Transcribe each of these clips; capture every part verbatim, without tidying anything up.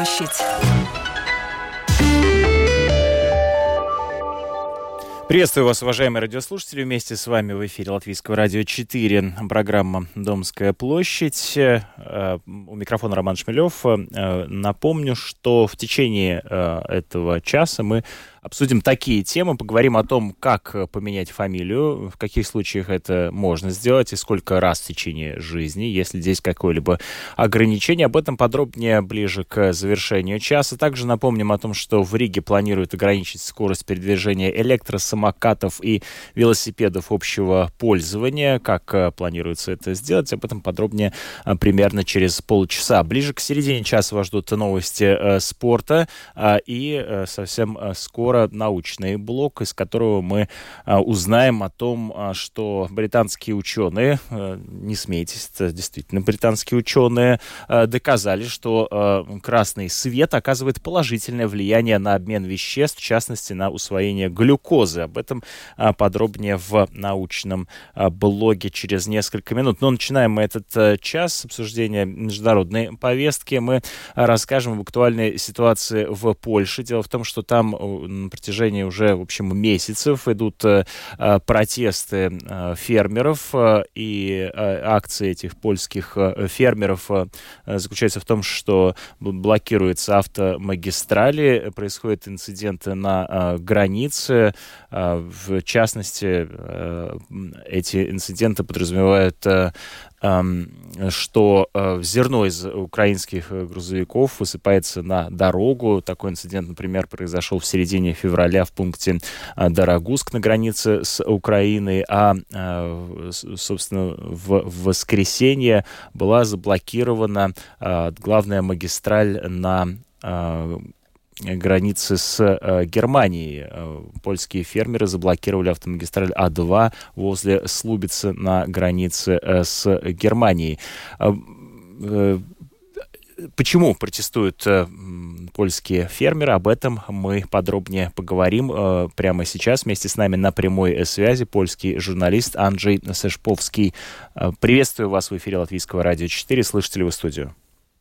площадь. Приветствую вас, уважаемые радиослушатели. Вместе с вами в эфире Латвийского радио четыре, программа «Домская площадь». У микрофона Роман Шмелев. Напомню, что в течение этого часа мы обсудим такие темы, поговорим о том, как поменять фамилию, в каких случаях это можно сделать и сколько раз в течение жизни, если здесь какое-либо ограничение. Об этом подробнее ближе к завершению часа. Также напомним о том, что в Риге планируют ограничить скорость передвижения электросамокатов и велосипедов общего пользования. Как планируется это сделать, об этом подробнее примерно через полчаса. Ближе к середине часа вас ждут новости спорта и совсем скоро научный блок, из которого мы а, узнаем о том, а, что британские ученые, а, не смейтесь, это действительно британские ученые, а, доказали, что а, красный свет оказывает положительное влияние на обмен веществ, в частности, на усвоение глюкозы. Об этом а, подробнее в научном а, блоге через несколько минут. Но начинаем мы этот а, час обсуждения международной повестки. Мы а, расскажем об актуальной ситуации в Польше. Дело в том, что там на протяжении уже, в общем, месяцев идут э, протесты э, фермеров, э, и э, акции этих польских э, фермеров э, заключаются в том, что блокируются автомагистрали, происходят инциденты на э, границе, э, в частности, э, эти инциденты подразумевают э, что зерно из украинских грузовиков высыпается на дорогу. Такой инцидент, например, произошел в середине февраля в пункте Дорогуск на границе с Украиной, а, собственно, в воскресенье была заблокирована главная магистраль на границы с э, Германией. Польские фермеры заблокировали автомагистраль А два возле Слубицы на границе э, с Германией. Э, э, почему протестуют э, польские фермеры? Об этом мы подробнее поговорим э, прямо сейчас. Вместе с нами на прямой связи польский журналист Анджей Сашповский. Э, приветствую вас в эфире Латвийского радио четыре. Слышите ли вы студию?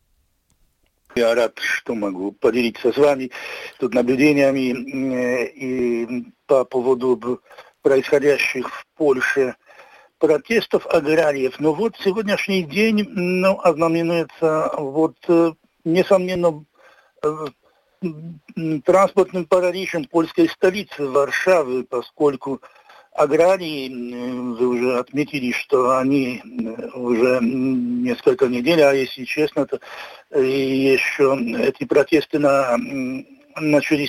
Я рад, что могу поделиться с вами тут наблюдениями э, и по поводу происходящих в Польше протестов аграриев. Но вот сегодняшний день ну, ознаменуется вот, э, несомненно, э, транспортным параличем польской столицы Варшавы, поскольку аграрии, вы уже отметили, что они уже несколько недель, а если честно, то еще эти протесты на, начались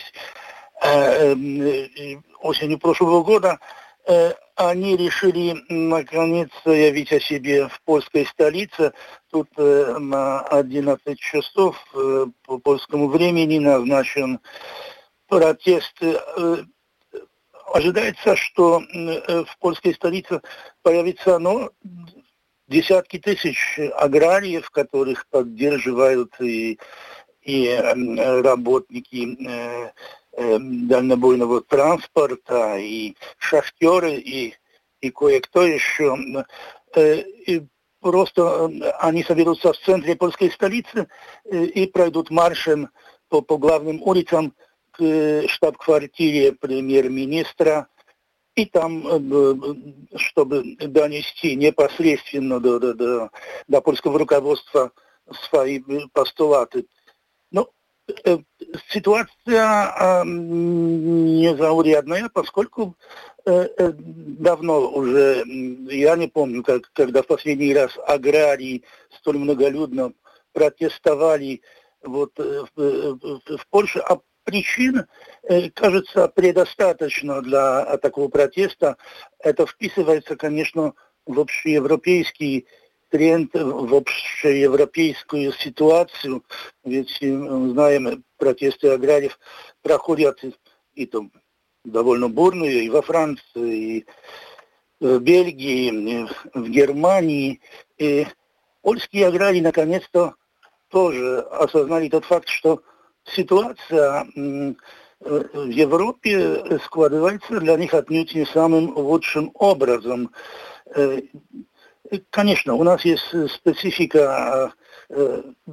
осенью прошлого года, они решили наконец заявить о себе в польской столице. Тут на одиннадцать часов по польскому времени назначен протест. Ожидается, что в польской столице появится ну, десятки тысяч аграриев, которых поддерживают и, и работники э, э, дальнобойного транспорта, и шахтеры, и, и кое-кто еще. Э, и просто они соберутся в центре польской столицы э, и пройдут маршем по, по главным улицам к штаб-квартире премьер-министра, и там, чтобы донести непосредственно до, до, до, до польского руководства свои постулаты. Но э, ситуация э, незаурядная, поскольку э, э, давно уже, я не помню, как, когда в последний раз аграрии столь многолюдно протестовали вот, э, в, в, в Польше, а причин, кажется, предостаточно для такого протеста. Это вписывается, конечно, в общеевропейский тренд, в общеевропейскую ситуацию. Ведь, знаем, протесты аграриев проходят и там довольно бурные и во Франции, и в Бельгии, и в Германии. И польские аграрии наконец-то тоже осознали тот факт, что ситуация в Европе складывается для них отнюдь не самым лучшим образом. Конечно, у нас есть специфика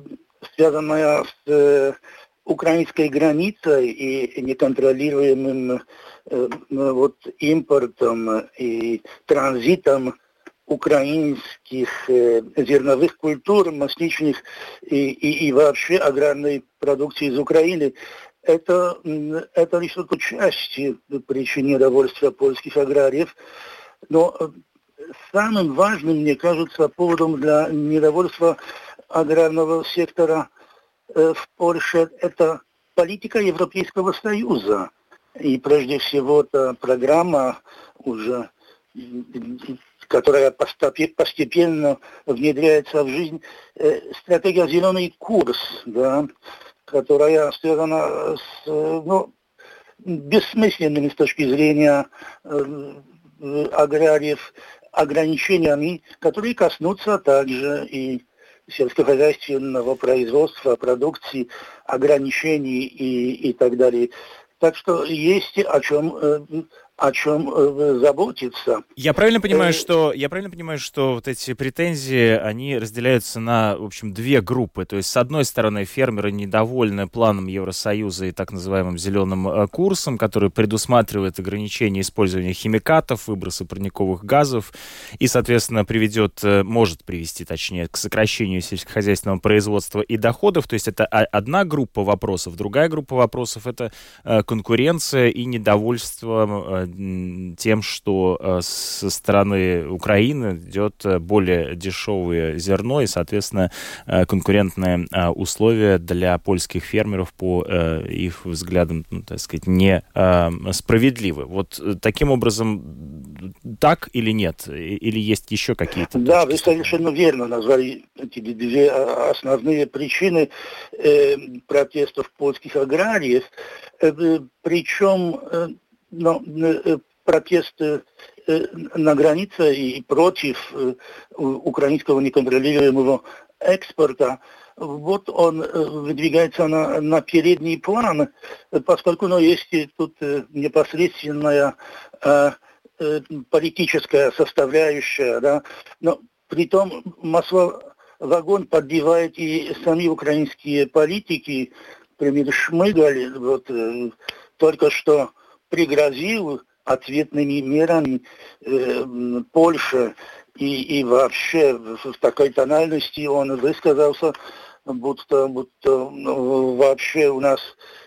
связанная с э, украинской границей и неконтролируемым э, вот, импортом и транзитом украинских э, зерновых культур, масличных и, и, и вообще аграрной продукции из Украины, это, это лишь только часть причин недовольства польских аграриев. Но самым важным, мне кажется, поводом для недовольства аграрного сектора э, в Польше это политика Европейского Союза. И прежде всего эта программа уже, которая постепенно внедряется в жизнь, э, стратегия «Зеленый курс», да, которая связана с ну, бессмысленными с точки зрения э, аграриев ограничениями, которые коснутся также и сельскохозяйственного производства, продукции, ограничений и, и так далее. Так что есть о чем, о чем заботиться. Я правильно понимаю, что я правильно понимаю, что вот эти претензии, они разделяются на, в общем, две группы. То есть, с одной стороны, фермеры недовольны планом Евросоюза и так называемым зеленым курсом, который предусматривает ограничение использования химикатов, выброса парниковых газов и, соответственно, приведет, может привести, точнее, к сокращению сельскохозяйственного производства и доходов. То есть, это одна группа вопросов. Другая группа вопросов — это конкуренция и недовольство тем, что со стороны Украины идет более дешевое зерно и, соответственно, конкурентные условия для польских фермеров по их взглядам, ну, так сказать, не справедливы. Вот таким образом, так или нет? Или есть еще какие-то точки? Да, вы совершенно верно назвали эти две основные причины э, протестов польских аграриев. Э, причем э, но, э, протесты э, на границе и против э, украинского неконтролируемого экспорта, вот он э, выдвигается на, на передний план, поскольку ну, есть тут э, непосредственная э, э, политическая составляющая, да, но притом масло в огонь подбивают и сами украинские политики. Например, Шмыгаль вот, э, только что пригрозил ответными мерами э, Польше и, и вообще в такой тональности он высказался, будто, будто ну, вообще у нас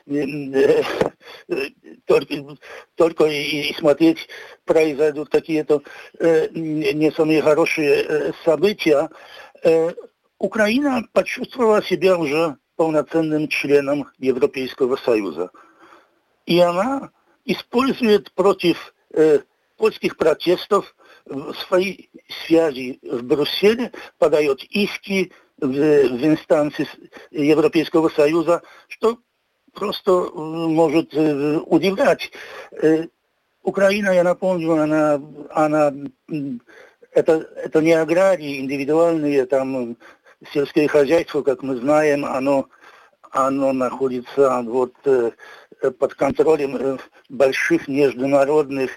э, э, только, только и, и смотреть произойдут какие-то э, не самые хорошие э, события. Э, Украина почувствовала себя уже полноценным членом Европейского Союза. И она использует против э, польских протестов свои связи в Брюсселе, подает иски в, в инстанции Европейского Союза, что просто э, может э, удивлять. Э, Украина, я напомню, она, она это, это не аграрии индивидуальные, там сельское хозяйство, как мы знаем, оно, оно находится вот, э, под контролем э, больших международных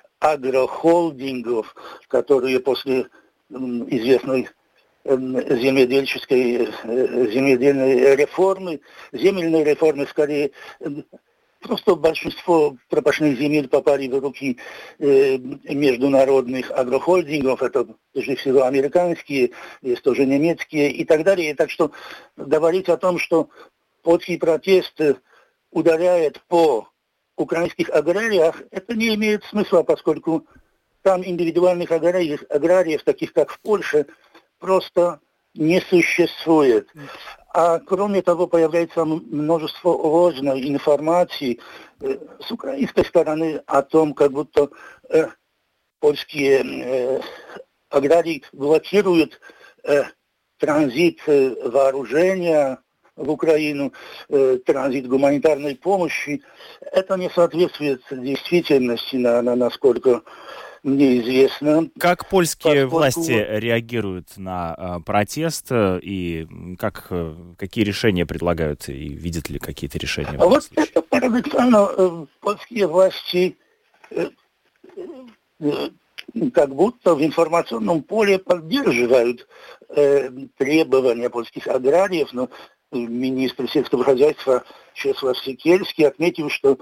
агрохолдингов, которые после э, известной э, земледельческой э, земледельной реформы, земельной реформы, скорее, э, просто большинство пропашных земель попали в руки э, международных агрохолдингов, это прежде всего американские, есть тоже немецкие и так далее. Так что говорить о том, что польский протест ударяет по украинских аграриях, это не имеет смысла, поскольку там индивидуальных аграриев, аграриев таких как в Польше, просто не существует. А кроме того, появляется множество ложной информации э, с украинской стороны о том, как будто э, польские э, аграрии блокируют э, транзит э, вооружения в Украину, э, транзит гуманитарной помощи. Это не соответствует действительности, на, на, насколько мне известно. Как польские Поскольку... власти реагируют на э, протест и как, э, какие решения предлагают и видят ли какие-то решения? А вот случае? Это парадоксально. Э, польские власти э, э, как будто в информационном поле поддерживают э, требования польских аграриев, но министр сельского хозяйства Чеслав Секельский отметил, что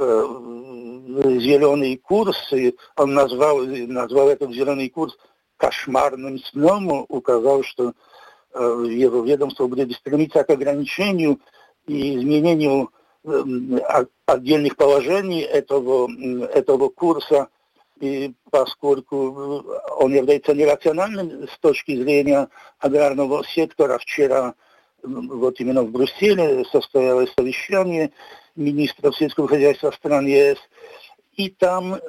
зеленый курс, и он назвал, назвал этот зеленый курс кошмарным сном, указал, что его ведомство будет стремиться к ограничению и изменению отдельных положений этого, этого курса, и поскольку он является нерациональным с точки зрения аграрного сектора, вчера вот именно в Брюсселе состоялось совещание министров сельского хозяйства стран ЕС, и там,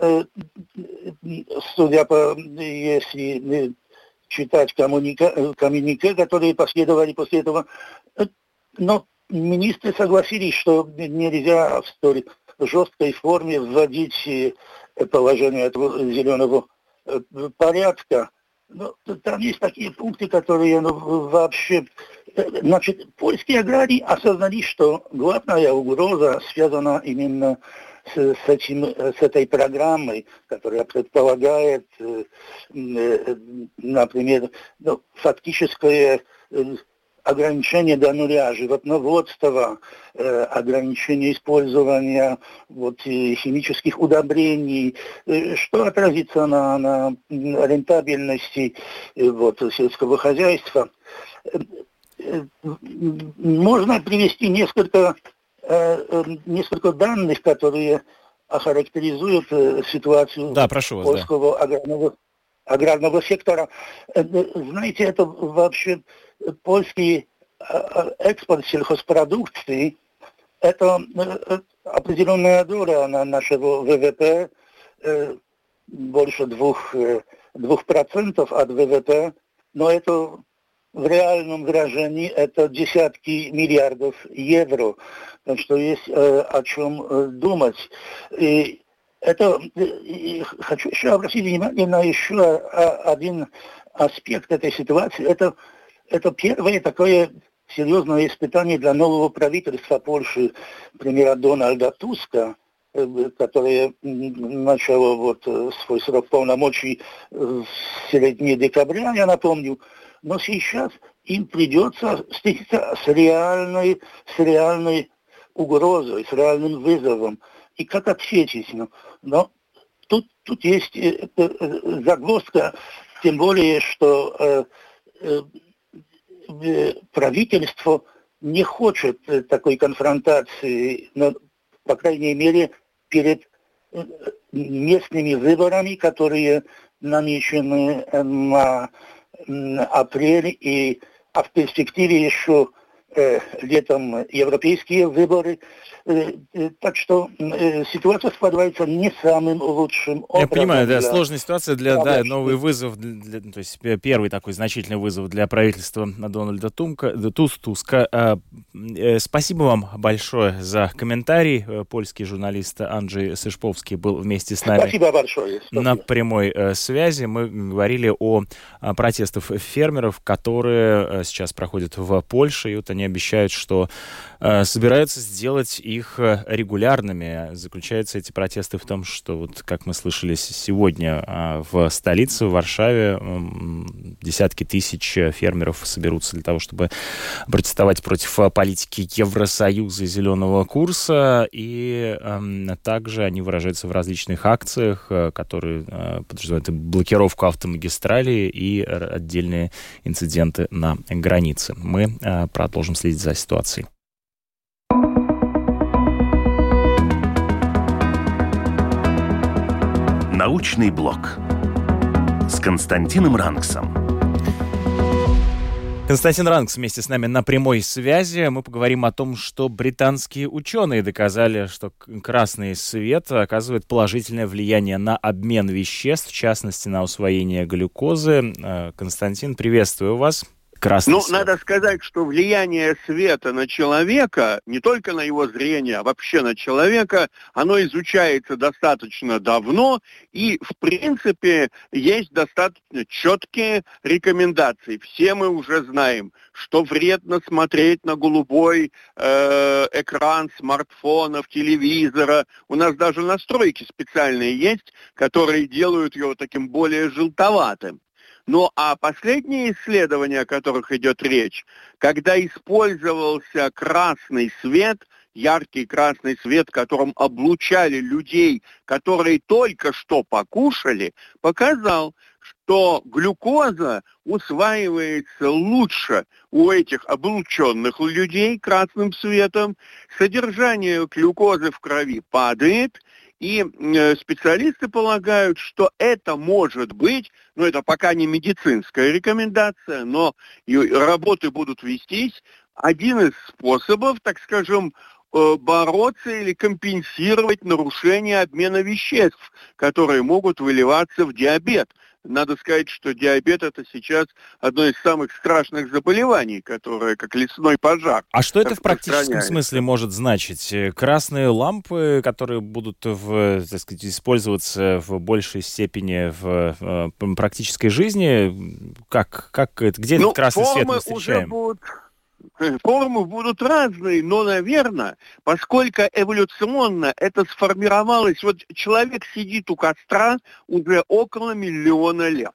судя по, если читать коммунике, коммунике, которые последовали после этого, но министры согласились, что нельзя в столь жесткой форме вводить положение этого зеленого порядка. Но там есть такие пункты, которые ну, вообще... Значит, польские аграрии осознали, что главная угроза связана именно с, с, этим, с этой программой, которая предполагает, например, ну, фактическое ограничение до нуля животноводства, э, ограничение использования вот, химических удобрений, э, что отразится на, на рентабельности э, вот, сельского хозяйства. Э, э, можно привести несколько, э, несколько данных, которые охарактеризуют э, ситуацию да, прошу вас, польского да. аграрного, аграрного сектора. Э, знаете, это вообще... Польский экспорт сельхозпродукции – это определенная доля на нашего ВВП, больше двух, двух процентов от ВВП, но это в реальном выражении это десятки миллиардов евро, так что есть о чем думать. И это, и хочу еще обратить внимание на еще один аспект этой ситуации. Это Это первое такое серьезное испытание для нового правительства Польши, премьера Дональда Туска, которое начало вот свой срок полномочий в середине декабря, я напомню. Но сейчас им придется встретиться с реальной, с реальной угрозой, с реальным вызовом. И как ответить? Но тут, тут есть загвоздка, тем более, что правительство не хочет такой конфронтации, но, по крайней мере, перед местными выборами, которые намечены на апрель, и, а в перспективе еще э, летом европейские выборы. Э, э, так что э, ситуация складывается не самым лучшим образом. Я понимаю, да, для... сложная ситуация, для, да, новый вызов, для, для, то есть первый такой значительный вызов для правительства Дональда Тумка, Туз, Туска. А, э, спасибо вам большое за комментарий. Польский журналист Анджей Сышповский был вместе с нами. Спасибо большое. Спасибо. На прямой э, связи. Мы говорили о, о протестах фермеров, которые э, сейчас проходят в Польше, и вот они обещают, что э, собираются сделать их регулярными. Заключаются эти протесты в том, что, вот, как мы слышали сегодня, э, в столице, в Варшаве, э, десятки тысяч фермеров соберутся для того, чтобы протестовать против политики Евросоюза и зеленого курса, и э, также они выражаются в различных акциях, э, которые э, подразумевают блокировку автомагистралей и отдельные инциденты на границе. Мы э, продолжим следить за ситуацией. Научный блок с Константином Ранксом. Константин Ранкс вместе с нами на прямой связи. Мы поговорим о том, что британские ученые доказали, что красный свет оказывает положительное влияние на обмен веществ, в частности, на усвоение глюкозы. Константин, приветствую вас. Красный ну, свет. Надо сказать, что влияние света на человека, не только на его зрение, а вообще на человека, оно изучается достаточно давно, и, в принципе, есть достаточно четкие рекомендации. Все мы уже знаем, что вредно смотреть на голубой э, экран смартфонов, телевизора. У нас даже настройки специальные есть, которые делают его таким более желтоватым. Ну а последние исследования, о которых идет речь, когда использовался красный свет, яркий красный свет, которым облучали людей, которые только что покушали, показал, что глюкоза усваивается лучше у этих облученных людей красным светом, содержание глюкозы в крови падает, и специалисты полагают, что это может быть, ну это пока не медицинская рекомендация, но и работы будут вестись, один из способов, так скажем, бороться или компенсировать нарушение обмена веществ, которые могут выливаться в диабет. Надо сказать, что диабет – это сейчас одно из самых страшных заболеваний, которое как лесной пожар. А что это в практическом смысле может значить? Красные лампы, которые будут, в, так сказать, использоваться в большей степени в, в практической жизни? Как, как это, где ну, этот красный свет мы встречаем? Будут... Формы будут разные, но, наверное, поскольку эволюционно это сформировалось, вот человек сидит у костра уже около миллиона лет.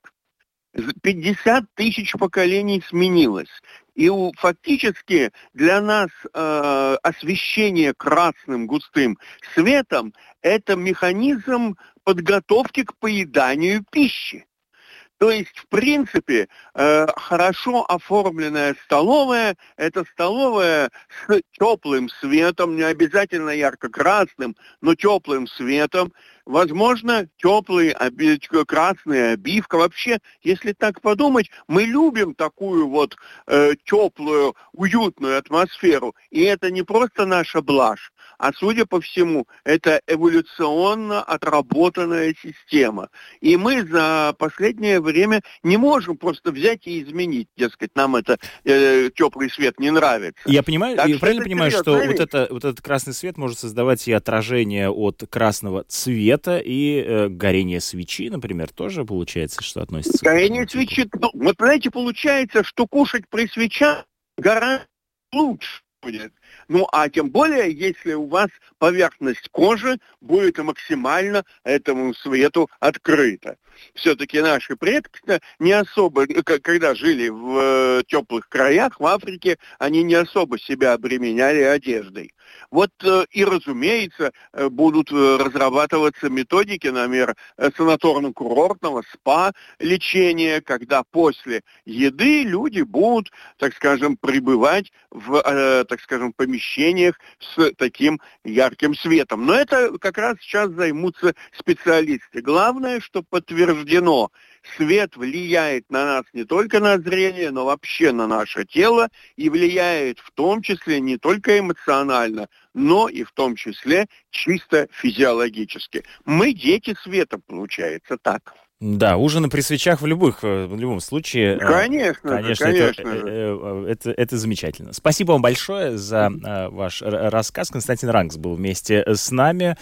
пятьдесят тысяч поколений сменилось. И у, фактически для нас э, освещение красным густым светом – это механизм подготовки к поеданию пищи. То есть, в принципе, э, хорошо оформленная столовая – это столовая с теплым светом, не обязательно ярко-красным, но теплым светом. Возможно, теплый, оби- красная обивка. Вообще, если так подумать, мы любим такую вот э, теплую, уютную атмосферу. И это не просто наша блажь, а, судя по всему, это эволюционно отработанная система. И мы за последнее время не можем просто взять и изменить. Дескать, нам это э, теплый свет не нравится. Я понимаю, я правильно понимаю, что вот, это, вот этот красный свет может создавать и отражение от красного цвета, и э, горение свечи, например, тоже получается, что относится горение к... Горение свечи, ну, вот, знаете, получается, что кушать при свечах гораздо лучше будет. Ну, а тем более, если у вас поверхность кожи будет максимально этому свету открыта. Все-таки наши предки не особо, когда жили в теплых краях, в Африке, они не особо себя обременяли одеждой. Вот и, разумеется, будут разрабатываться методики, например, санаторно-курортного спа-лечения, когда после еды люди будут, так скажем, пребывать в, так скажем, помещениях с таким ярким светом. Но это как раз сейчас займутся специалисты. Главное, что подтверждено, свет влияет на нас не только на зрение, но вообще на наше тело, и влияет в том числе не только эмоционально, но и в том числе чисто физиологически. Мы дети света, получается так. Да, ужины при свечах в, любых, в любом случае. Конечно, конечно, конечно. Это, это, это замечательно. Спасибо вам большое за ваш рассказ. Константин Ранкс был вместе с нами,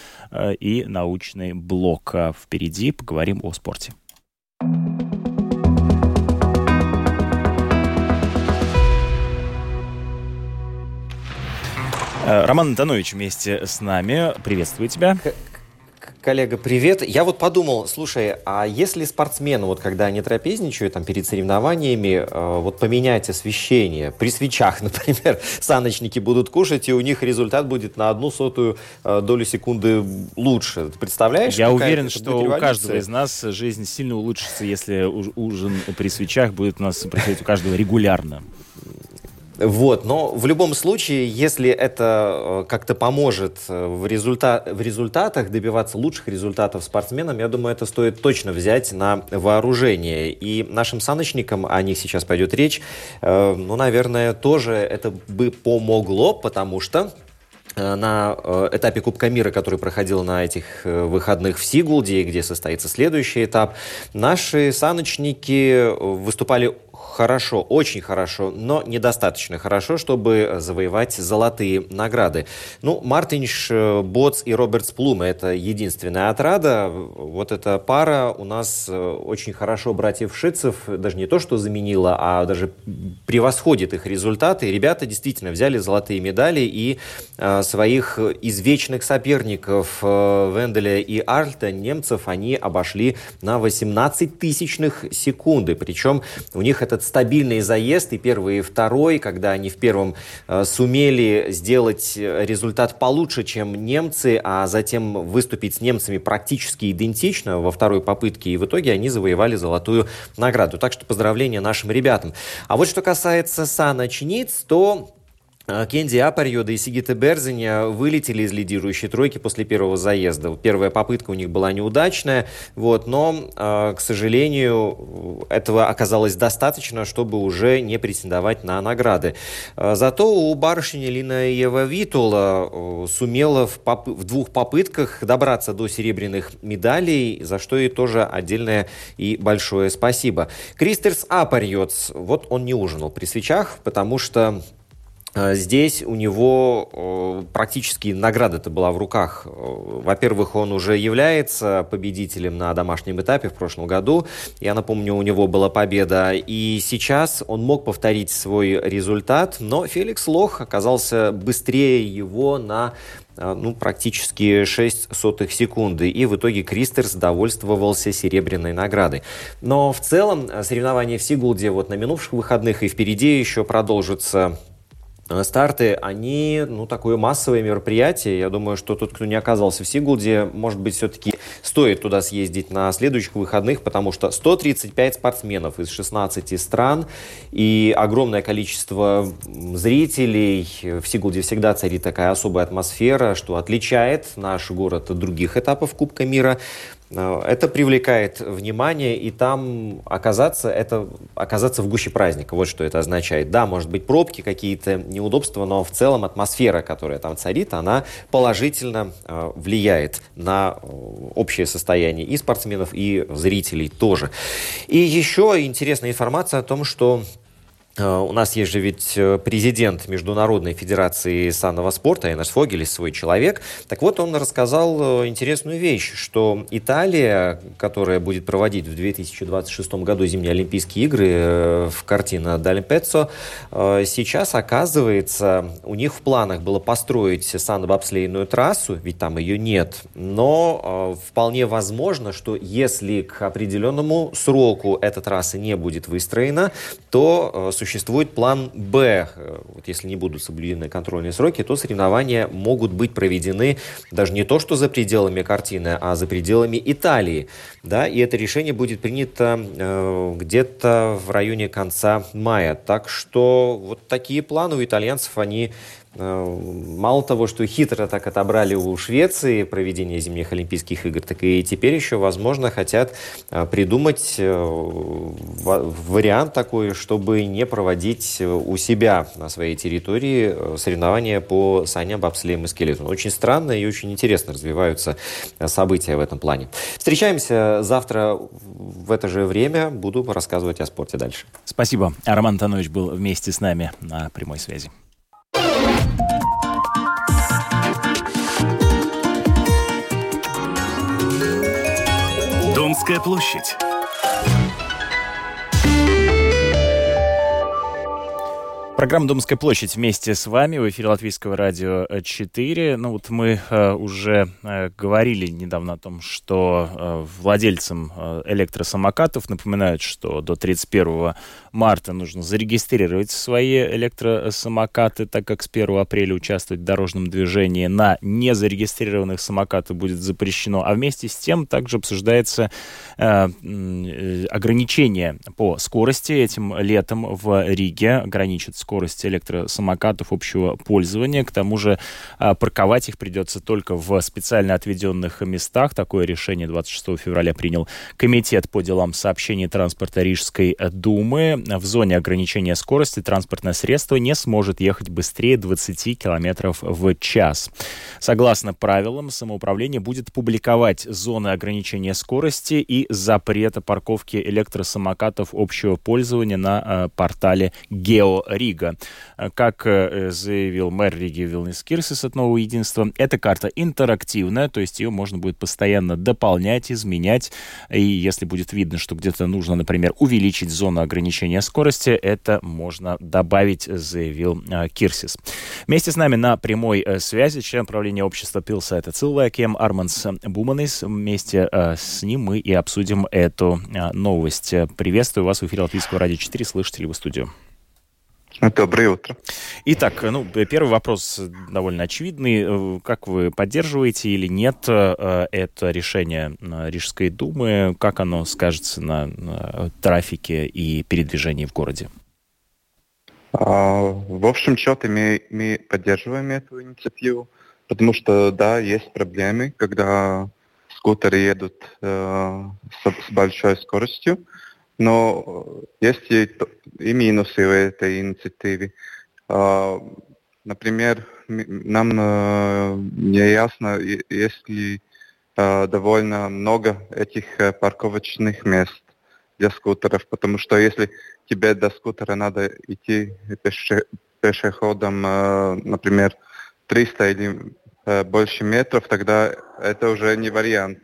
и научный блок впереди. Поговорим о спорте. Роман Антонович вместе с нами. Приветствую тебя. Коллега, привет. Я вот подумал, слушай, а если спортсмены, вот когда они трапезничают там, перед соревнованиями, э, вот поменять освещение, при свечах, например, саночники будут кушать, и у них результат будет на одну сотую э, долю секунды лучше. Ты представляешь? Я уверен, что у каждого из нас жизнь сильно улучшится, если ужин при свечах будет у нас происходить у каждого регулярно. Вот, но в любом случае, если это как-то поможет в, результа- в результатах добиваться лучших результатов спортсменам, я думаю, это стоит точно взять на вооружение. И нашим саночникам, о них сейчас пойдет речь, э, ну, наверное, тоже это бы помогло, потому что на этапе Кубка мира, который проходил на этих выходных в Сигулде, где состоится следующий этап, наши саночники выступали хорошо, очень хорошо, но недостаточно хорошо, чтобы завоевать золотые награды. Ну, Мартинш Боц и Робертс Плум – это единственная отрада. Вот эта пара у нас очень хорошо братьев Шицев даже не то что заменила, а даже превосходит их результаты. Ребята действительно взяли золотые медали и э, своих извечных соперников э, Венделя и Арльта, немцев, они обошли на восемнадцать тысячных секунды. Причем у них этот стабильный заезд и первый, и второй, когда они в первом э, сумели сделать результат получше, чем немцы, а затем выступить с немцами практически идентично во второй попытке, и в итоге они завоевали золотую награду. Так что поздравления нашим ребятам. А вот что касается саночниц, то Кенди Апарьода и Сигита Берзиня вылетели из лидирующей тройки после первого заезда. Первая попытка у них была неудачная, вот, но, к сожалению, этого оказалось достаточно, чтобы уже не претендовать на награды. Зато у барышни Лина Ева Витула сумела в, поп- в двух попытках добраться до серебряных медалей, за что ей тоже отдельное и большое спасибо. Кристерс Апарьоц, вот он не ужинал при свечах, потому что здесь у него э, практически награда-то была в руках. Во-первых, он уже является победителем на домашнем этапе в прошлом году. Я напомню, у него была победа. И сейчас он мог повторить свой результат, но Феликс Лох оказался быстрее его на ну, практически шесть сотых секунды. И в итоге Кристерс довольствовался серебряной наградой. Но в целом соревнования в Сигулде вот на минувших выходных и впереди еще продолжатся старты, они, ну, такое массовое мероприятие. Я думаю, что тот, кто не оказался в Сигулде, может быть, все-таки стоит туда съездить на следующих выходных, потому что сто тридцать пять спортсменов из шестнадцати стран и огромное количество зрителей. В Сигулде всегда царит такая особая атмосфера, что отличает наш город от других этапов Кубка мира. Это привлекает внимание, и там оказаться, это оказаться в гуще праздника. Вот что это означает. Да, может быть, пробки, какие-то неудобства, но в целом атмосфера, которая там царит, она положительно э, влияет на общее состояние и спортсменов, и зрителей тоже. И еще интересная информация о том, что у нас есть же ведь президент Международной Федерации санного спорта, Эйнарс Фогелис, свой человек. Так вот, он рассказал интересную вещь, что Италия, которая будет проводить в две тысячи двадцать шестом году зимние Олимпийские игры в Кортино д'Альемпеццо, сейчас, оказывается, у них в планах было построить санно-бобслейную трассу, ведь там ее нет, но вполне возможно, что если к определенному сроку эта трасса не будет выстроена, то существует план «Б». Вот если не будут соблюдены контрольные сроки, то соревнования могут быть проведены даже не то, что за пределами Кортино, а за пределами Италии. Да? И это решение будет принято э, где-то в районе конца мая. Так что вот такие планы у итальянцев, они мало того, что хитро так отобрали у Швеции проведение зимних Олимпийских игр, так и теперь еще, возможно, хотят придумать вариант такой, чтобы не проводить у себя на своей территории соревнования по саням, бобслеям и скелету. Очень странно и очень интересно развиваются события в этом плане. Встречаемся завтра в это же время. Буду рассказывать о спорте дальше. Спасибо. Роман Антонович был вместе с нами на прямой связи. Домская площадь. Программа «Домская площадь» вместе с вами в эфире Латвийского радио четыре. Ну вот мы э, уже э, говорили недавно о том, что э, владельцам э, электросамокатов напоминают, что до тридцать первого марта нужно зарегистрировать свои электросамокаты, так как с первого апреля участвовать в дорожном движении на незарегистрированных самокатах будет запрещено. А вместе с тем также обсуждается э, э, ограничение по скорости. Этим летом в Риге ограничат скорость скорость электросамокатов общего пользования. К тому же парковать их придется только в специально отведенных местах. Такое решение двадцать шестого февраля принял Комитет по делам сообщений и транспорта Рижской думы. В зоне ограничения скорости транспортное средство не сможет ехать быстрее двадцати километров в час. Согласно правилам, самоуправление будет публиковать зоны ограничения скорости и запрета парковки электросамокатов общего пользования на портале GeoRiga. Как заявил мэр Риги Вилнис Кирсис от Нового Единства, эта карта интерактивная, то есть ее можно будет постоянно дополнять, изменять, и если будет видно, что где-то нужно, например, увеличить зону ограничения скорости, это можно добавить, заявил Кирсис. Вместе с нами на прямой связи член правления общества Пилсēta cilvēkiem Арманс Буманис. Вместе с ним мы и обсудим эту новость. Приветствую вас в эфире Латвийского радио четыре. Слышите ли вы студию? Доброе утро. Итак, ну, первый вопрос довольно очевидный. Как вы поддерживаете или нет это решение Рижской думы? Как оно скажется на, на трафике и передвижении в городе? А, в общем счете мы, мы поддерживаем эту инициативу, потому что, да, есть проблемы, когда скутеры едут э, с, с большой скоростью, но есть и, и минусы в этой инициативе. А, например, нам э, не ясно, если э, довольно много этих э, парковочных мест для скутеров, потому что если тебе до скутера надо идти пеше, пешеходом, э, например, триста или э, больше метров, тогда это уже не вариант.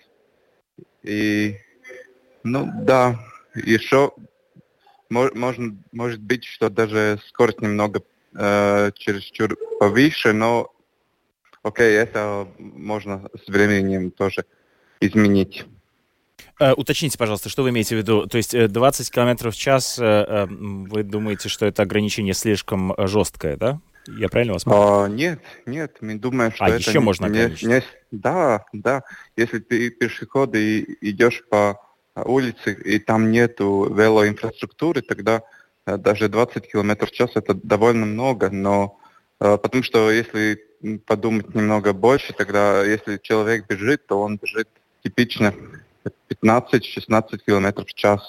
И, ну да, еще мож, можно, может быть, что даже скорость немного э, чересчур повыше, но окей, это можно с временем тоже изменить. Uh, уточните, пожалуйста, что вы имеете в виду? То есть двадцать километров в час, uh, вы думаете, что это ограничение слишком жесткое, да? Я правильно вас понял? А, нет, нет, мы думаем, что а, это... еще не, можно не, ограничить? Не, да, да. Если ты пешеход и идешь по улице, и там нету велоинфраструктуры, тогда даже двадцать километров в час это довольно много, но потому что если подумать немного больше, тогда если человек бежит, то он бежит типично пятнадцать-шестнадцать километров в час.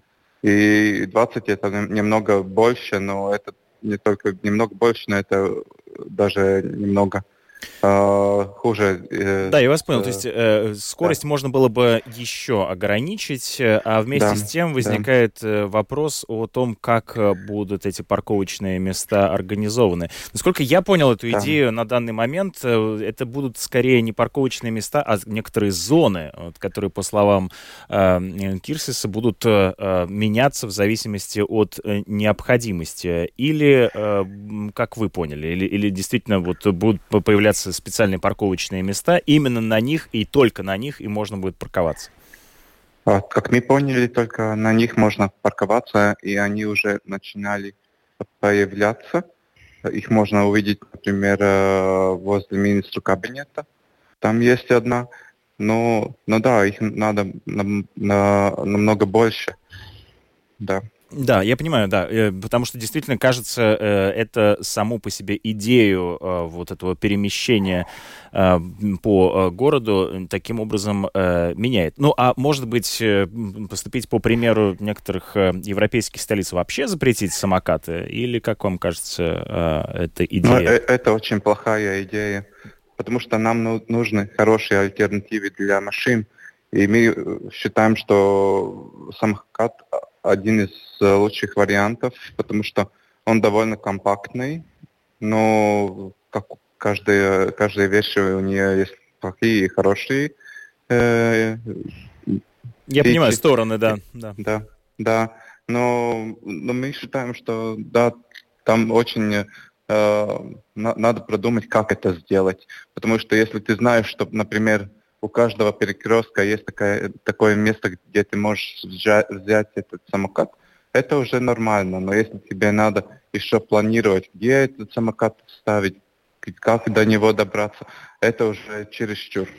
И двадцать это немного больше, но это не только немного больше, но это даже немного э, хуже. Э, да, я вас понял. Э, То есть э, скорость да. можно было бы еще ограничить, а вместе да, с тем возникает да. вопрос о том, как будут эти парковочные места организованы. Насколько я понял эту да. идею на данный момент, это будут скорее не парковочные места, а некоторые зоны, которые, по словам э, Кирсиса, будут э, меняться в зависимости от э, необходимости. Или, э, как вы поняли, или, или действительно вот будут появляться специальные парковочные места, именно на них и только на них и можно будет парковаться? Как мы поняли, только на них можно парковаться, и они уже начинали появляться. Их можно увидеть, например, возле министра кабинета. Там есть одна. Но, но да, их надо на, на, намного больше. Да. Да, я понимаю, да, потому что действительно, кажется, это саму по себе идею вот этого перемещения по городу таким образом меняет. Ну, а может быть, поступить по примеру некоторых европейских столиц, вообще запретить самокаты? Или, как вам кажется, эта идея? Ну, это очень плохая идея, потому что нам нужны хорошие альтернативы для машин. И мы считаем, что самокат один из лучших вариантов, потому что он довольно компактный, но как каждая, каждая вещь у нее есть плохие и хорошие. Э, Я вещи. понимаю, стороны, да. Да, да. да. Но, но мы считаем, что да, там очень э, надо продумать, как это сделать. Потому что если ты знаешь, что, например, у каждого перекрестка есть такая, такое место, где ты можешь взять, взять этот самокат, это уже нормально. Но если тебе надо еще планировать, где этот самокат ставить, как до него добраться, это уже чересчур.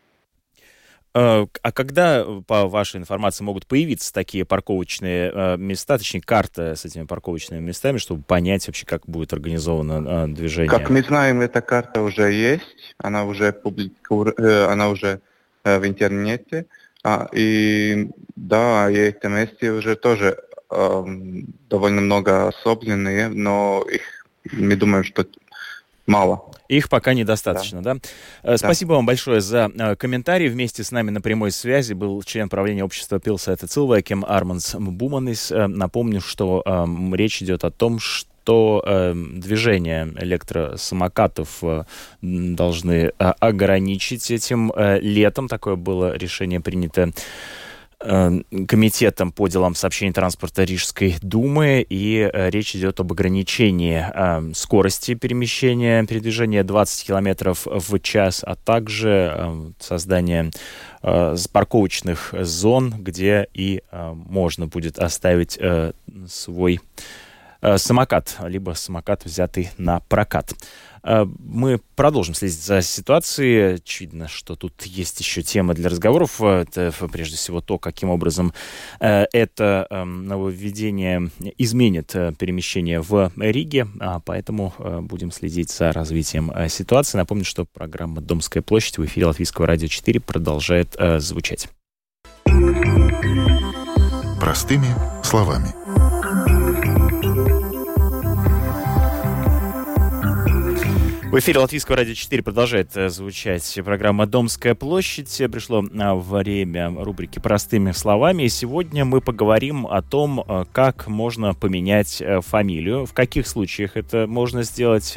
А когда, по вашей информации, могут появиться такие парковочные места, точнее, карта с этими парковочными местами, чтобы понять вообще, как будет организовано движение? Как мы знаем, эта карта уже есть, она уже публикуется, она уже в интернете, и да, и эти места уже тоже довольно много особенные, но их, мы думаем, что мало. Их пока недостаточно, да? да? Спасибо да. вам большое за комментарий. Вместе с нами на прямой связи был член правления общества Пилсēta cilvēkiem Арманс Буманис. Напомню, что э, речь идет о том, что то э, движение электросамокатов э, должны э, ограничить этим э, летом. Такое было решение принято э, Комитетом по делам сообщений транспорта Рижской думы. И э, речь идет об ограничении э, скорости перемещения, передвижения двадцать километров в час, а также э, создание э, парковочных зон, где и э, можно будет оставить э, свой самокат, либо самокат, взятый на прокат. Мы продолжим следить за ситуацией. Очевидно, что тут есть еще тема для разговоров. Это, прежде всего, то, каким образом это нововведение изменит перемещение в Риге. Поэтому будем следить за развитием ситуации. Напомню, что программа «Домская площадь» в эфире Латвийского радио четыре продолжает звучать. Простыми словами. В эфире Латвийского радио четыре продолжает звучать программа «Домская площадь». Пришло время рубрики «Простыми словами». И сегодня мы поговорим о том, как можно поменять фамилию, в каких случаях это можно сделать,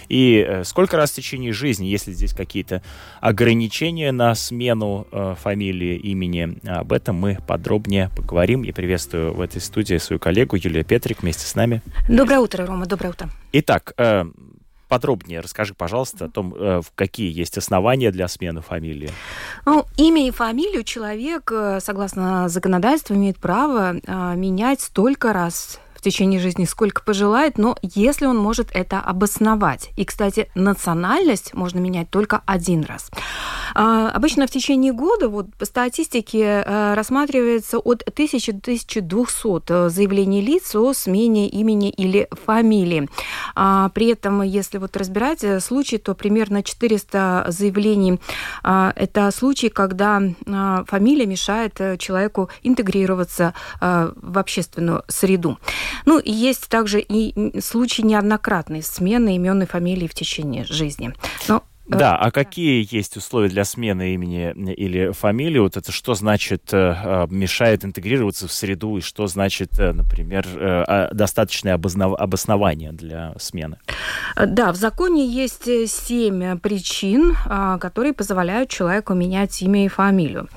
и сколько раз в течение жизни, есть ли здесь какие-то ограничения на смену фамилии, имени. Об этом мы подробнее поговорим. И приветствую в этой студии свою коллегу Юлию Петрик вместе с нами. Доброе утро, Рома, доброе утро. Итак, подробнее расскажи, пожалуйста, о том, какие есть основания для смены фамилии. Ну, имя и фамилию человек, согласно законодательству, имеет право менять столько раз в течение жизни, сколько пожелает, но если он может это обосновать. И, кстати, национальность можно менять только один раз. А, обычно в течение года, вот, по статистике, а, рассматривается от тысячи до тысячи двухсот заявлений лиц о смене имени или фамилии. А, при этом, если вот разбирать случаи, то примерно четыреста заявлений а, это случаи, когда а, фамилия мешает человеку интегрироваться а, в общественную среду. Ну, и есть также и случаи неоднократной смены имен и фамилий в течение жизни. Но Да, а какие есть условия для смены имени или фамилии? Вот это что значит мешает интегрироваться в среду, и что значит, например, достаточное обоснование для смены? Да, в законе есть семь причин, которые позволяют человеку менять имя и фамилию.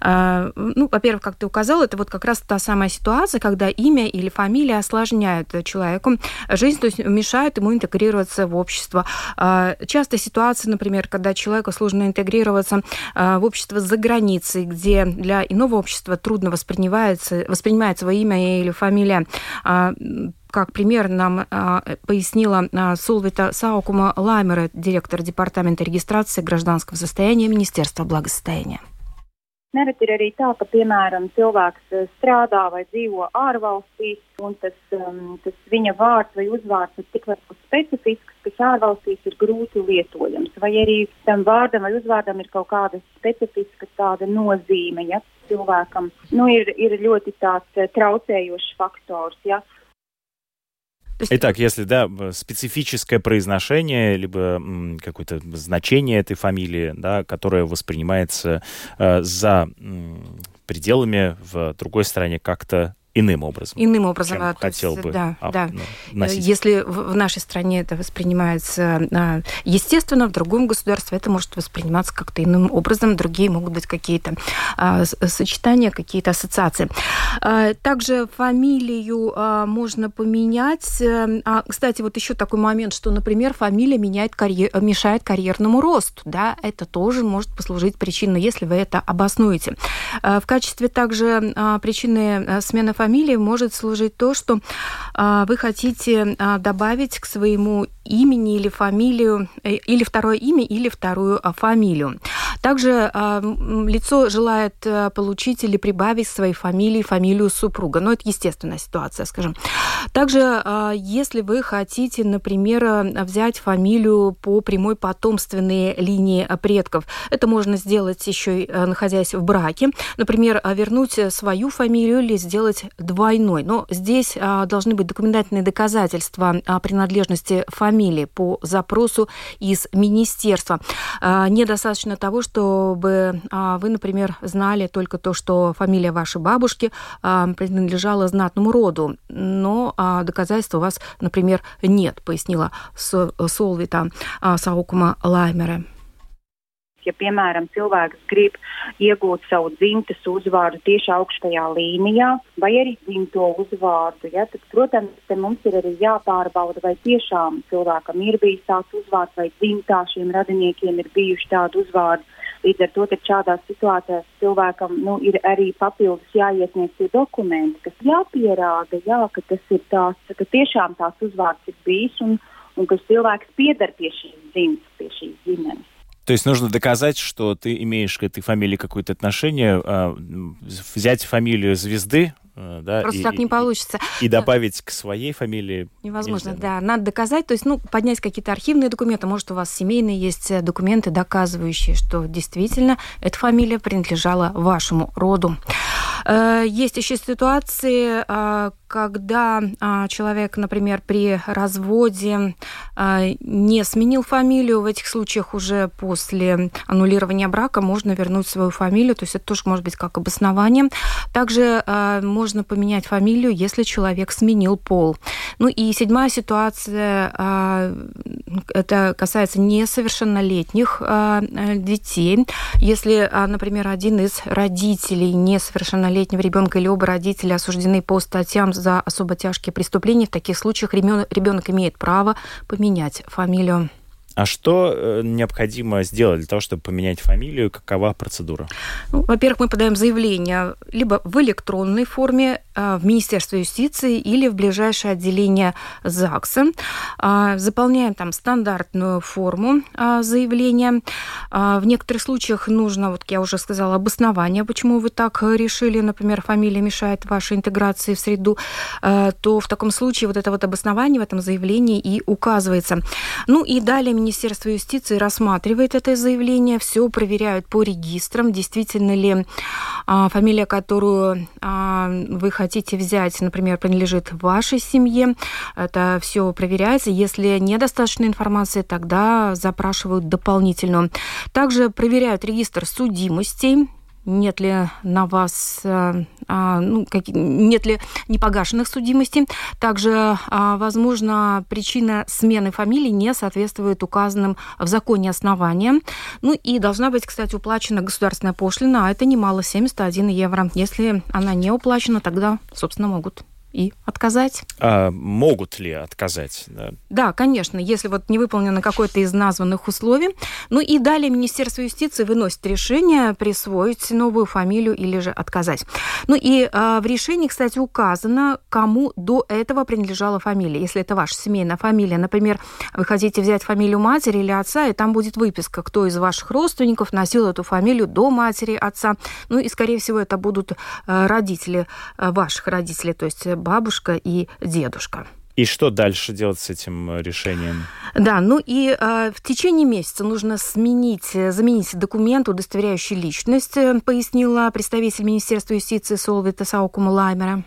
Ну, во-первых, как ты указал, это вот как раз та самая ситуация, когда имя или фамилия осложняют человеку жизнь, то есть мешают ему интегрироваться в общество. Часто ситуация, например, Например, когда человеку сложно интегрироваться в общество за границей, где для иного общества трудно воспринимается, воспринимается его имя или фамилия. Как пример нам пояснила Солвита Саукума Лаймера, директор департамента регистрации гражданского состояния Министерства благосостояния. Nereti ir arī tā, ka, piemēram, cilvēks strādā vai dzīvo ārvalstīs, un tas, um, tas viņa vārds vai uzvārds ir tik varbūt specifisks, kas ārvalstīs ir grūti lietojams. Vai arī tam vārdam vai uzvārdam ir kaut kāda specifiska tāda nozīme, ja, cilvēkam. Nu, ir, ir ļoti tāds traucējošs faktors, ja. Итак, если, да, специфическое произношение, либо м, какое-то значение этой фамилии, да, которое воспринимается э, за м, пределами в другой стране как-то иным образом. Иным образом. Чем хотел есть, бы да, а, да. Ну, носить. Если в, в нашей стране это воспринимается а, естественно, в другом государстве это может восприниматься как-то иным образом. Другие могут быть какие-то а, сочетания, какие-то ассоциации. А, также фамилию а, можно поменять. А, кстати, вот еще такой момент, что, например, фамилия меняет карьер, мешает карьерному росту. Да? Это тоже может послужить причиной, если вы это обоснуете. А, в качестве также а, причины смены фамилии фамилии может служить то, что а, вы хотите а, добавить к своему имени или фамилию, или второе имя, или вторую а, фамилию. Также э, лицо желает получить или прибавить к своей фамилии фамилию супруга. Но это естественная ситуация, скажем. Также, э, если вы хотите, например, взять фамилию по прямой потомственной линии предков, это можно сделать еще и находясь в браке. Например, вернуть свою фамилию или сделать двойной. Но здесь а, должны быть документальные доказательства о принадлежности фамилии по запросу из министерства. А, недостаточно того, чтобы а, вы, например, знали только то, что фамилия вашей бабушки а, принадлежала знатному роду, но а, доказательств у вас, например, нет, пояснила Solvita Saukuma Laimere. Ja, piemēram, cilvēks grib iegūt savu dzimtes uzvārdu tieši augstajā līnijā, vai arī dzimto uzvārdu, ja, tad, protams, te mums ir arī jāpārbauda, vai tiešām cilvēkam ir bijis tāds uzvārds, vai dzimtā šiem radiniekiem ir bijuši tādi uzvārdi. Līdz ar to, tad šādās situācijās cilvēkam nu, ir arī papildus jāiesniedz tie dokumenti, kas jāpierāda, jā, ka tas ir tāds, ka tiešām tāds uzvārds ir bijis un, un ka cilvēks pieder pie šīs dzimtes, pie šīs ģimenes. То есть нужно доказать, что ты имеешь к этой фамилии какое-то отношение, взять фамилию звезды, да, просто и, так не получится. И добавить к своей фамилии. Невозможно, нельзя. Да. Надо доказать, то есть, ну, поднять какие-то архивные документы, может, у вас семейные есть документы, доказывающие, что действительно эта фамилия принадлежала вашему роду. Есть еще ситуации, когда человек, например, при разводе не сменил фамилию. В этих случаях уже после аннулирования брака можно вернуть свою фамилию, то есть это тоже может быть как обоснование. Также можно поменять фамилию, если человек сменил пол. Ну и седьмая ситуация, это касается несовершеннолетних детей. Если, например, один из родителей несовершеннолетнего ребенка или оба родителя осуждены по статьям за особо тяжкие преступления, в таких случаях ребенок имеет право поменять фамилию. А что необходимо сделать для того, чтобы поменять фамилию? Какова процедура? Ну, во-первых, мы подаем заявление либо в электронной форме в Министерство юстиции или в ближайшее отделение ЗАГСа. Заполняем там стандартную форму заявления. В некоторых случаях нужно, вот я уже сказала, обоснование, почему вы так решили, например, фамилия мешает вашей интеграции в среду, то в таком случае вот это вот обоснование в этом заявлении и указывается. Ну и далее Министерство юстиции рассматривает это заявление, все проверяют по регистрам, действительно ли а, фамилия, которую а, вы хотите взять, например, принадлежит вашей семье. Это все проверяется. Если недостаточно информации, тогда запрашивают дополнительную. Также проверяют регистр судимостей. Нет ли на вас, а, ну, как, нет ли непогашенных судимостей. Также, а, возможно, причина смены фамилии не соответствует указанным в законе основаниям. Ну и должна быть, кстати, уплачена государственная пошлина, а это немало, семьдесят один евро. Если она не уплачена, тогда, собственно, могут и отказать. А могут ли отказать? Да? Да, конечно, если вот не выполнено какое-то из названных условий. Ну и далее Министерство юстиции выносит решение присвоить новую фамилию или же отказать. Ну и э, в решении, кстати, указано, кому до этого принадлежала фамилия. Если это ваша семейная фамилия, например, вы хотите взять фамилию матери или отца, и там будет выписка, кто из ваших родственников носил эту фамилию до матери, отца. Ну и, скорее всего, это будут э, родители, э, ваших родителей, то есть бабушка и дедушка. И что дальше делать с этим решением? Да, ну и э, в течение месяца нужно сменить, заменить документ, удостоверяющий личность, пояснила представитель Министерства юстиции Solvita Saukuma Laimere.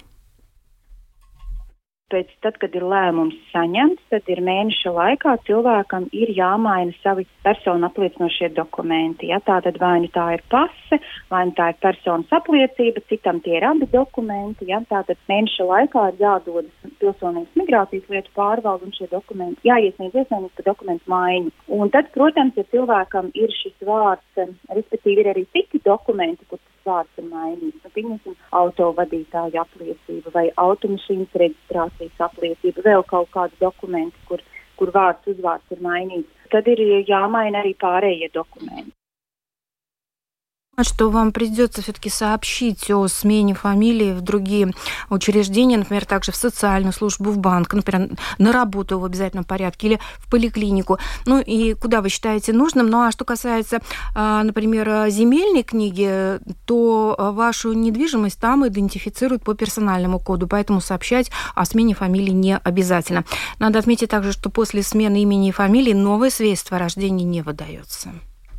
Pēc tad, kad ir lēmums saņemts, tad ir mēneša laikā cilvēkam ir jāmaina savi personu apliecinošie dokumenti. Ja? Tātad vai nu tā ir pase, vai nu tā ir personas apliecība, citam tie ir abi dokumenti. Ja? Tātad mēneša laikā ir jādodas pilsonības migrācijas lietu pārvalde un šie dokumenti jāiesniedz iesniedz par dokumentu maiņu. Un tad, protams, ja cilvēkam ir šis vārds, respektīvi ir arī citi dokumenti, kur vārds ir mainīts. Nu, pieņemsim, autovadītāja apliecība vai automašīnas reģistrācijas apliecība, vēl kaut kādi dokumenti, kur, kur vārds uzvārds ir mainīts. Tad ir jāmaina arī pārējie dokumenti. что вам придется все-таки сообщить о смене фамилии в другие учреждения, например, также в социальную службу, в банк, например, на работу в обязательном порядке или в поликлинику. Ну и куда вы считаете нужным. Ну а что касается, например, земельной книги, то вашу недвижимость там идентифицируют по персональному коду, поэтому сообщать о смене фамилии не обязательно. Надо отметить также, что после смены имени и фамилии новое свидетельство о рождении не выдается.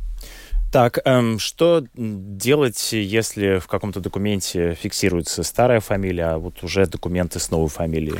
Так, эм, что делать, если в каком-то документе фиксируется старая фамилия, а вот уже документы с новой фамилией?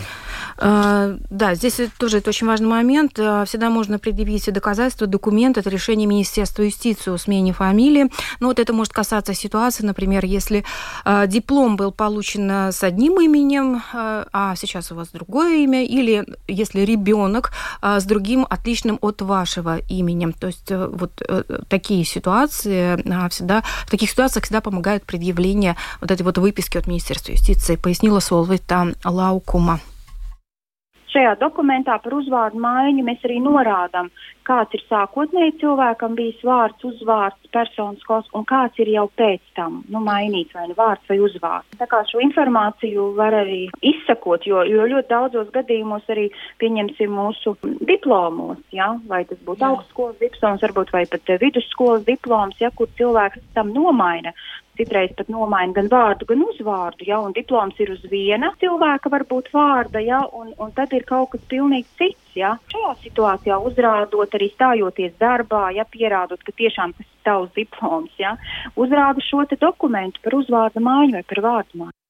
А, да, здесь тоже это очень важный момент. Всегда можно предъявить доказательства, документ, это решение Министерства юстиции о смене фамилии. Но вот это может касаться ситуации, например, если а, диплом был получен с одним именем, а, а сейчас у вас другое имя, или если ребенок а, с другим отличным от вашего имени. То есть вот а, такие ситуации всегда, в таких ситуациях всегда помогает предъявление вот этой вот выписки от Министерства юстиции, пояснила Solvita Laukuma. Šajā dokumentā par uzvārdu maiņu mēs arī norādām, kāds ir sākotnēji cilvēkam bijis vārds, uzvārds, personiskos un kāds ir jau pēc tam, nu, mainīts vai nu vārds vai uzvārds. Tā kā šo informāciju var arī izsakot, jo, jo ļoti daudzos gadījumos arī pieņemsim mūsu diplomos, ja, vai tas būtu augstskolas diploms, varbūt vai pat vidusskolas diploms, ja, kur cilvēks tam nomaina. Citreiz pat nomaina gan vārdu, gan uzvārdu, ja, un diploms ir uz viena cilvēka varbūt vārda, ja, un, un tad ir kaut kas pilnīgi cits, ja. Šajā situācijā uzrādot, arī stājoties darbā, ja, pierādot, ka tiešām tas ir tavs diploms, ja, uzrāda šo te dokumentu par uzvārdu maiņu vai par vārdu maiņu.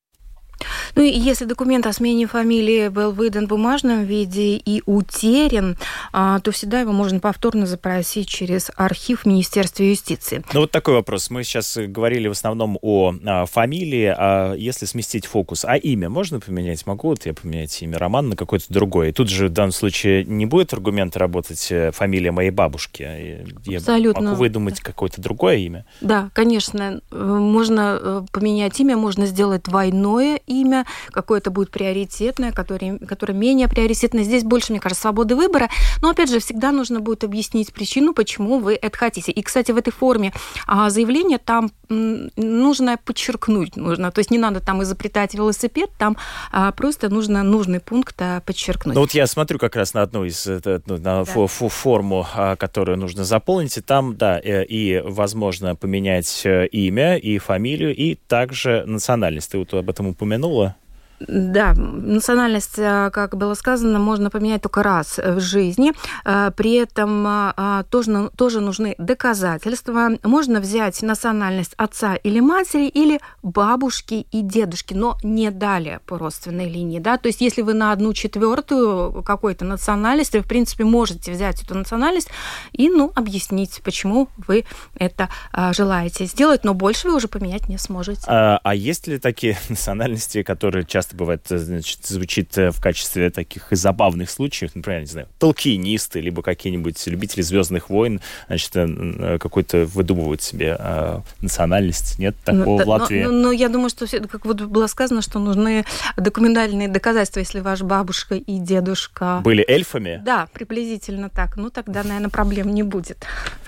Ну и если документ о смене фамилии был выдан в бумажном виде и утерян, то всегда его можно повторно запросить через архив Министерства юстиции. Ну вот такой вопрос. Мы сейчас говорили в основном о а, фамилии, а если сместить фокус, а имя можно поменять? Могу вот я поменять имя Роман на какое-то другое? И тут же в данном случае не будет аргумента работать фамилия моей бабушки. Я Абсолютно. Могу выдумать какое-то другое имя? Да, конечно. Можно поменять имя, можно сделать двойное имя, какое-то будет приоритетное, которое, которое менее приоритетное. Здесь больше, мне кажется, свободы выбора. Но, опять же, всегда нужно будет объяснить причину, почему вы это хотите. И, кстати, в этой форме заявления там нужно подчеркнуть. Нужно, то есть не надо там изобретать велосипед, там просто нужно нужный пункт подчеркнуть. Ну вот я смотрю как раз на одну из, на да. форму, которую нужно заполнить, и там, да, и возможно поменять имя, и фамилию, и также национальность. Ты вот об этом упомянула? Да, национальность, как было сказано, можно поменять только раз в жизни. При этом тоже, тоже нужны доказательства. Можно взять национальность отца или матери, или бабушки и дедушки, но не далее по родственной линии. Да? То есть если вы на одну четвертую какой-то национальности, вы, в принципе, можете взять эту национальность и ну, объяснить, почему вы это желаете сделать, но больше вы уже поменять не сможете. А, а есть ли такие национальности, которые часто бывает, значит, звучит в качестве таких забавных случаев, например, не знаю, толкинисты, либо какие-нибудь любители «Звездных войн», значит, какой-то выдумывают себе э, национальность. Нет такого ну, в Латвии? Но, но, но я думаю, что, как вот было сказано, что нужны документальные доказательства, если ваш бабушка и дедушка... Были эльфами? Да, приблизительно так. Ну, тогда, наверное, проблем не будет.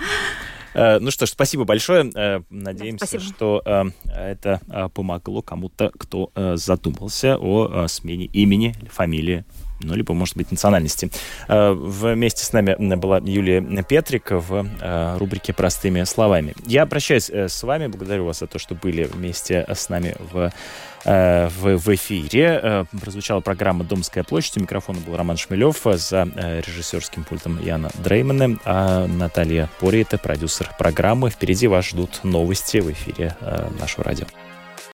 Ну что ж, спасибо большое. Надеемся, спасибо. что это помогло кому-то, кто задумался о смене имени, фамилии, ну, либо, может быть, национальности. Вместе с нами была Юлия Петрик в рубрике «Простыми словами». Я прощаюсь с вами, благодарю вас за то, что были вместе с нами в В, в эфире. Прозвучала программа «Домская площадь». У микрофона был Роман Шмелев, за режиссерским пультом Яна Дреймана, а Наталья Пориета, продюсер программы. Впереди вас ждут новости в эфире нашего радио.